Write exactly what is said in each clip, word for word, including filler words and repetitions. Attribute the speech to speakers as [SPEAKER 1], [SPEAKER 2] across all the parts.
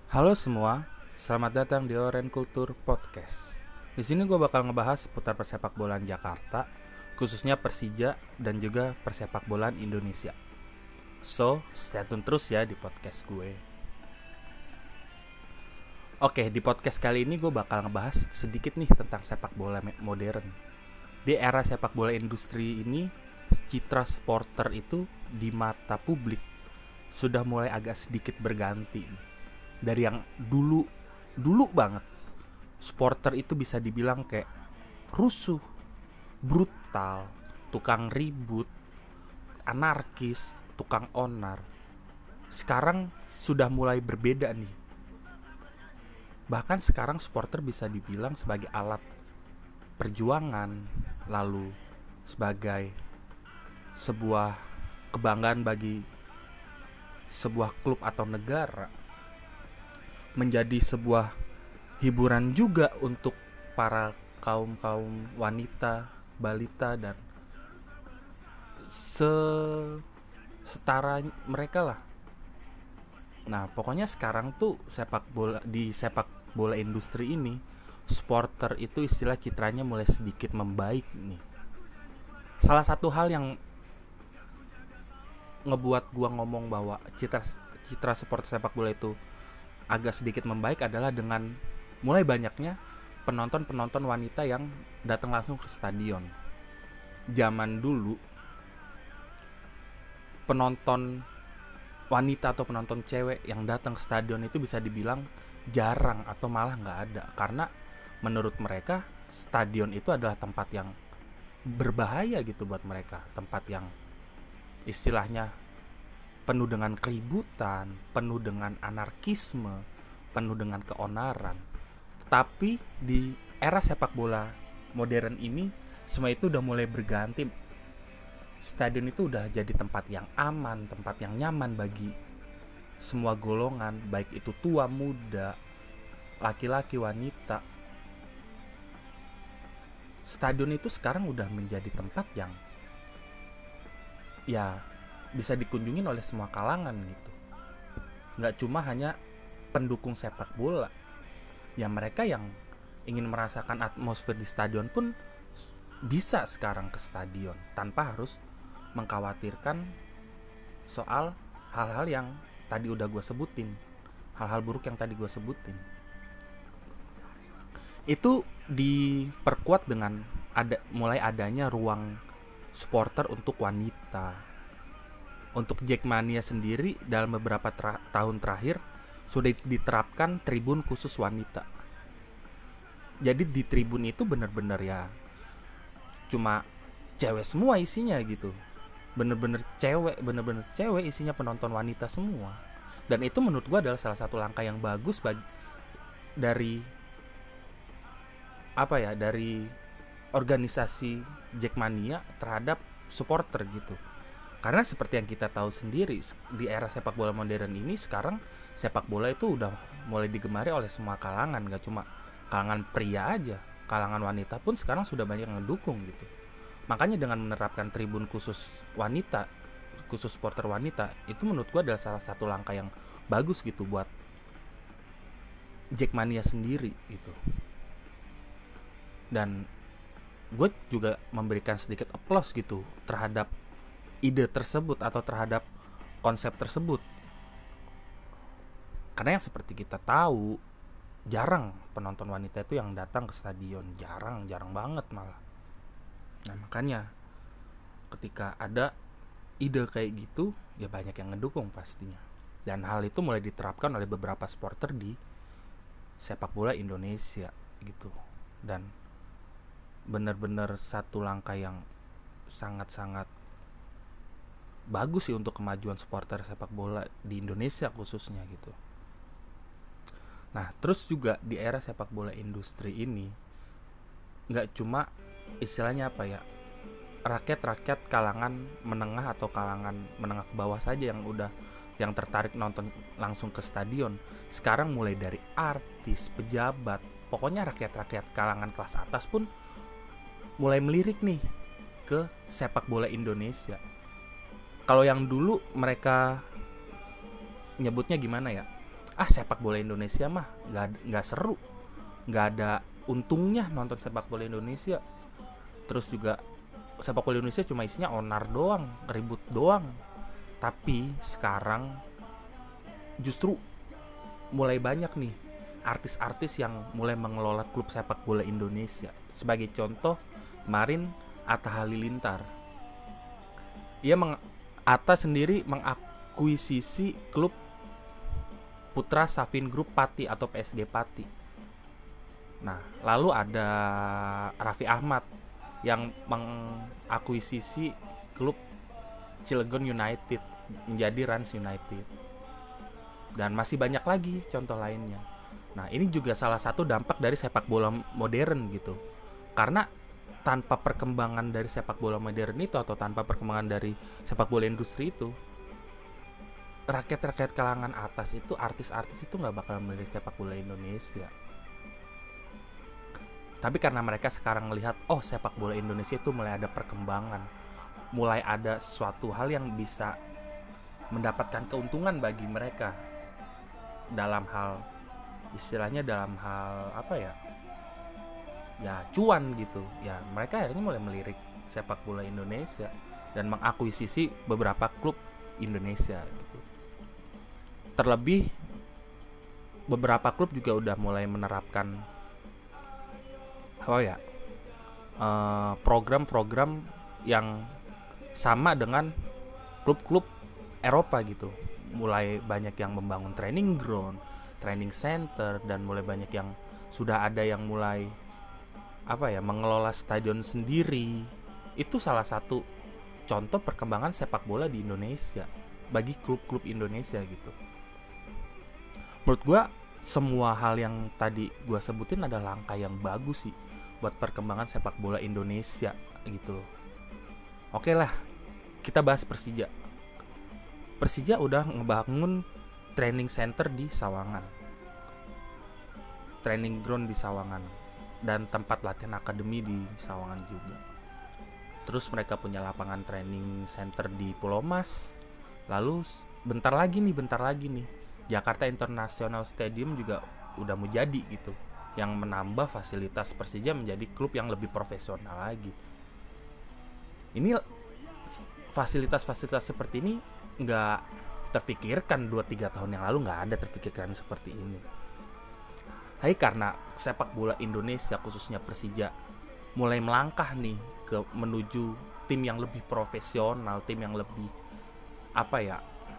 [SPEAKER 1] Halo semua, selamat datang di Oren Kultur Podcast. Di sini gue bakal ngebahas seputar persepak bolaan Jakarta, khususnya Persija dan juga persepak bolaan Indonesia. So, stay tune terus ya di podcast gue. Oke, di podcast kali ini gue bakal ngebahas sedikit nih tentang sepak bola modern. Di era sepak bola industri ini, citra supporter itu di mata publik sudah mulai agak sedikit berganti. Dari yang dulu dulu banget, supporter itu bisa dibilang kayak rusuh, brutal, tukang ribut, anarkis, tukang onar. Sekarang sudah mulai berbeda nih. Bahkan sekarang supporter bisa dibilang sebagai alat perjuangan, lalu sebagai sebuah kebanggaan bagi sebuah klub atau negara, menjadi sebuah hiburan juga untuk para kaum-kaum wanita, balita dan setara mereka lah. Nah, pokoknya sekarang tuh sepak bola di sepak bola industri ini, supporter itu istilah citranya mulai sedikit membaik nih. Salah satu hal yang ngebuat gua ngomong bahwa citra citra supporter sepak bola itu agak sedikit membaik adalah dengan mulai banyaknya penonton-penonton wanita yang datang langsung ke stadion. Zaman dulu penonton wanita atau penonton cewek yang datang ke stadion itu bisa dibilang jarang atau malah nggak ada, karena menurut mereka stadion itu adalah tempat yang berbahaya gitu buat mereka, tempat yang istilahnya penuh dengan keributan, penuh dengan anarkisme, penuh dengan keonaran. Tapi di era sepak bola modern ini, semua itu udah mulai berganti. Stadion itu udah jadi tempat yang aman, tempat yang nyaman bagi semua golongan, baik itu tua, muda, laki-laki, wanita. Stadion itu sekarang udah menjadi tempat yang ya bisa dikunjungin oleh semua kalangan gitu. Nggak cuma hanya pendukung sepak bola. Ya mereka yang ingin merasakan atmosfer di stadion pun bisa sekarang ke stadion tanpa harus mengkhawatirkan soal hal-hal yang tadi udah gue sebutin, hal-hal buruk yang tadi gue sebutin. Itu diperkuat dengan ada mulai adanya ruang supporter untuk wanita. Untuk Jackmania sendiri dalam beberapa tra- tahun terakhir sudah diterapkan tribun khusus wanita. Jadi di tribun itu benar-benar ya cuma cewek semua isinya gitu. Bener-bener cewek, bener-bener cewek isinya, penonton wanita semua. Dan itu menurut gue adalah salah satu langkah yang bagus bagi, dari apa ya, dari organisasi Jackmania terhadap supporter gitu. Karena seperti yang kita tahu sendiri, di era sepak bola modern ini sekarang sepak bola itu udah mulai digemari oleh semua kalangan, gak cuma kalangan pria aja, kalangan wanita pun sekarang sudah banyak yang mendukung gitu. Makanya dengan menerapkan tribun khusus wanita, khusus supporter wanita, itu menurut gue adalah salah satu langkah yang bagus gitu buat Jackmania sendiri gitu. Dan gue juga memberikan sedikit applause gitu terhadap ide tersebut atau terhadap konsep tersebut. Karena yang seperti kita tahu, jarang penonton wanita itu yang datang ke stadion, jarang, jarang banget malah. Nah makanya ketika ada ide kayak gitu, ya banyak yang ngedukung pastinya. Dan hal itu mulai diterapkan oleh beberapa supporter di sepak bola Indonesia gitu. Dan benar-benar satu langkah yang sangat-sangat bagus sih untuk kemajuan supporter sepak bola di Indonesia khususnya gitu. Nah terus juga di era sepak bola industri ini, nggak cuma istilahnya apa ya, rakyat-rakyat kalangan menengah atau kalangan menengah ke bawah saja yang udah yang tertarik nonton langsung ke stadion. Sekarang mulai dari artis, pejabat, pokoknya rakyat-rakyat kalangan kelas atas pun mulai melirik nih ke sepak bola Indonesia. Kalau yang dulu mereka nyebutnya gimana ya, ah sepak bola Indonesia mah nggak nggak seru, nggak ada untungnya nonton sepak bola Indonesia. Terus juga sepak bola Indonesia cuma isinya onar doang, ribut doang. Tapi sekarang justru mulai banyak nih artis-artis yang mulai mengelola klub sepak bola Indonesia. Sebagai contoh, kemarin Atta Halilintar. Ia meng, Atta sendiri mengakuisisi klub Putra Savin Group Pati atau P S G Pati. Nah, lalu ada Raffi Ahmad yang mengakuisisi klub Cilegon United menjadi Rans United. Dan masih banyak lagi contoh lainnya. Nah, ini juga salah satu dampak dari sepak bola modern gitu. Karena tanpa perkembangan dari sepak bola modern itu atau tanpa perkembangan dari sepak bola industri itu, rakyat-rakyat kalangan atas itu, artis-artis itu nggak bakal melirik sepak bola Indonesia. Tapi karena mereka sekarang melihat, oh sepak bola Indonesia itu mulai ada perkembangan, mulai ada sesuatu hal yang bisa mendapatkan keuntungan bagi mereka dalam hal, istilahnya dalam hal apa ya, ya cuan gitu. Ya mereka akhirnya mulai melirik sepak bola Indonesia dan mengakuisisi beberapa klub Indonesia gitu. Terlebih beberapa klub juga udah mulai menerapkan apa ya, uh, program-program yang sama dengan klub-klub Eropa gitu. Mulai banyak yang membangun training ground, training center, dan mulai banyak yang sudah ada yang mulai apa ya, mengelola stadion sendiri. Itu salah satu contoh perkembangan sepak bola di Indonesia bagi klub-klub Indonesia gitu. Menurut gue semua hal yang tadi gue sebutin adalah langkah yang bagus sih buat perkembangan sepak bola Indonesia gitu. Oke lah, kita bahas Persija. Persija udah ngebangun training center di Sawangan, training ground di Sawangan, dan tempat latihan akademi di Sawangan juga. Terus mereka punya lapangan training center di Pulau Mas. Lalu bentar lagi nih, bentar lagi nih Jakarta International Stadium juga udah mau jadi gitu, yang menambah fasilitas Persija menjadi klub yang lebih profesional lagi. Ini fasilitas-fasilitas seperti ini nggak terpikirkan dua tiga tahun yang lalu, nggak ada terpikirkan seperti ini. Hai, karena sepak bola Indonesia khususnya Persija mulai melangkah nih ke menuju tim yang lebih profesional, tim yang lebih apa ya,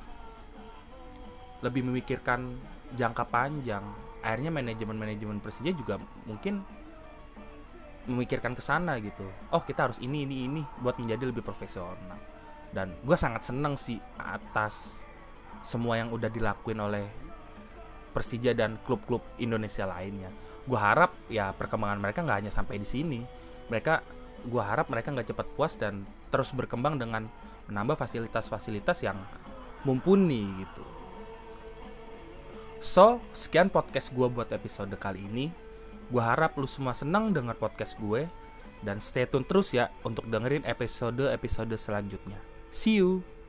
[SPEAKER 1] lebih memikirkan jangka panjang. Akhirnya manajemen-manajemen Persija juga mungkin memikirkan ke sana gitu. Oh, kita harus ini ini ini buat menjadi lebih profesional. Dan gue sangat seneng sih atas semua yang udah dilakuin oleh Persija dan klub-klub Indonesia lainnya. Gue harap ya perkembangan mereka nggak hanya sampai di sini. Mereka, gue harap mereka nggak cepat puas dan terus berkembang dengan menambah fasilitas-fasilitas yang mumpuni gitu. So, sekian podcast gue buat episode kali ini. Gue harap lu semua senang denger podcast gue. Dan stay tune terus ya untuk dengerin episode-episode selanjutnya. See you!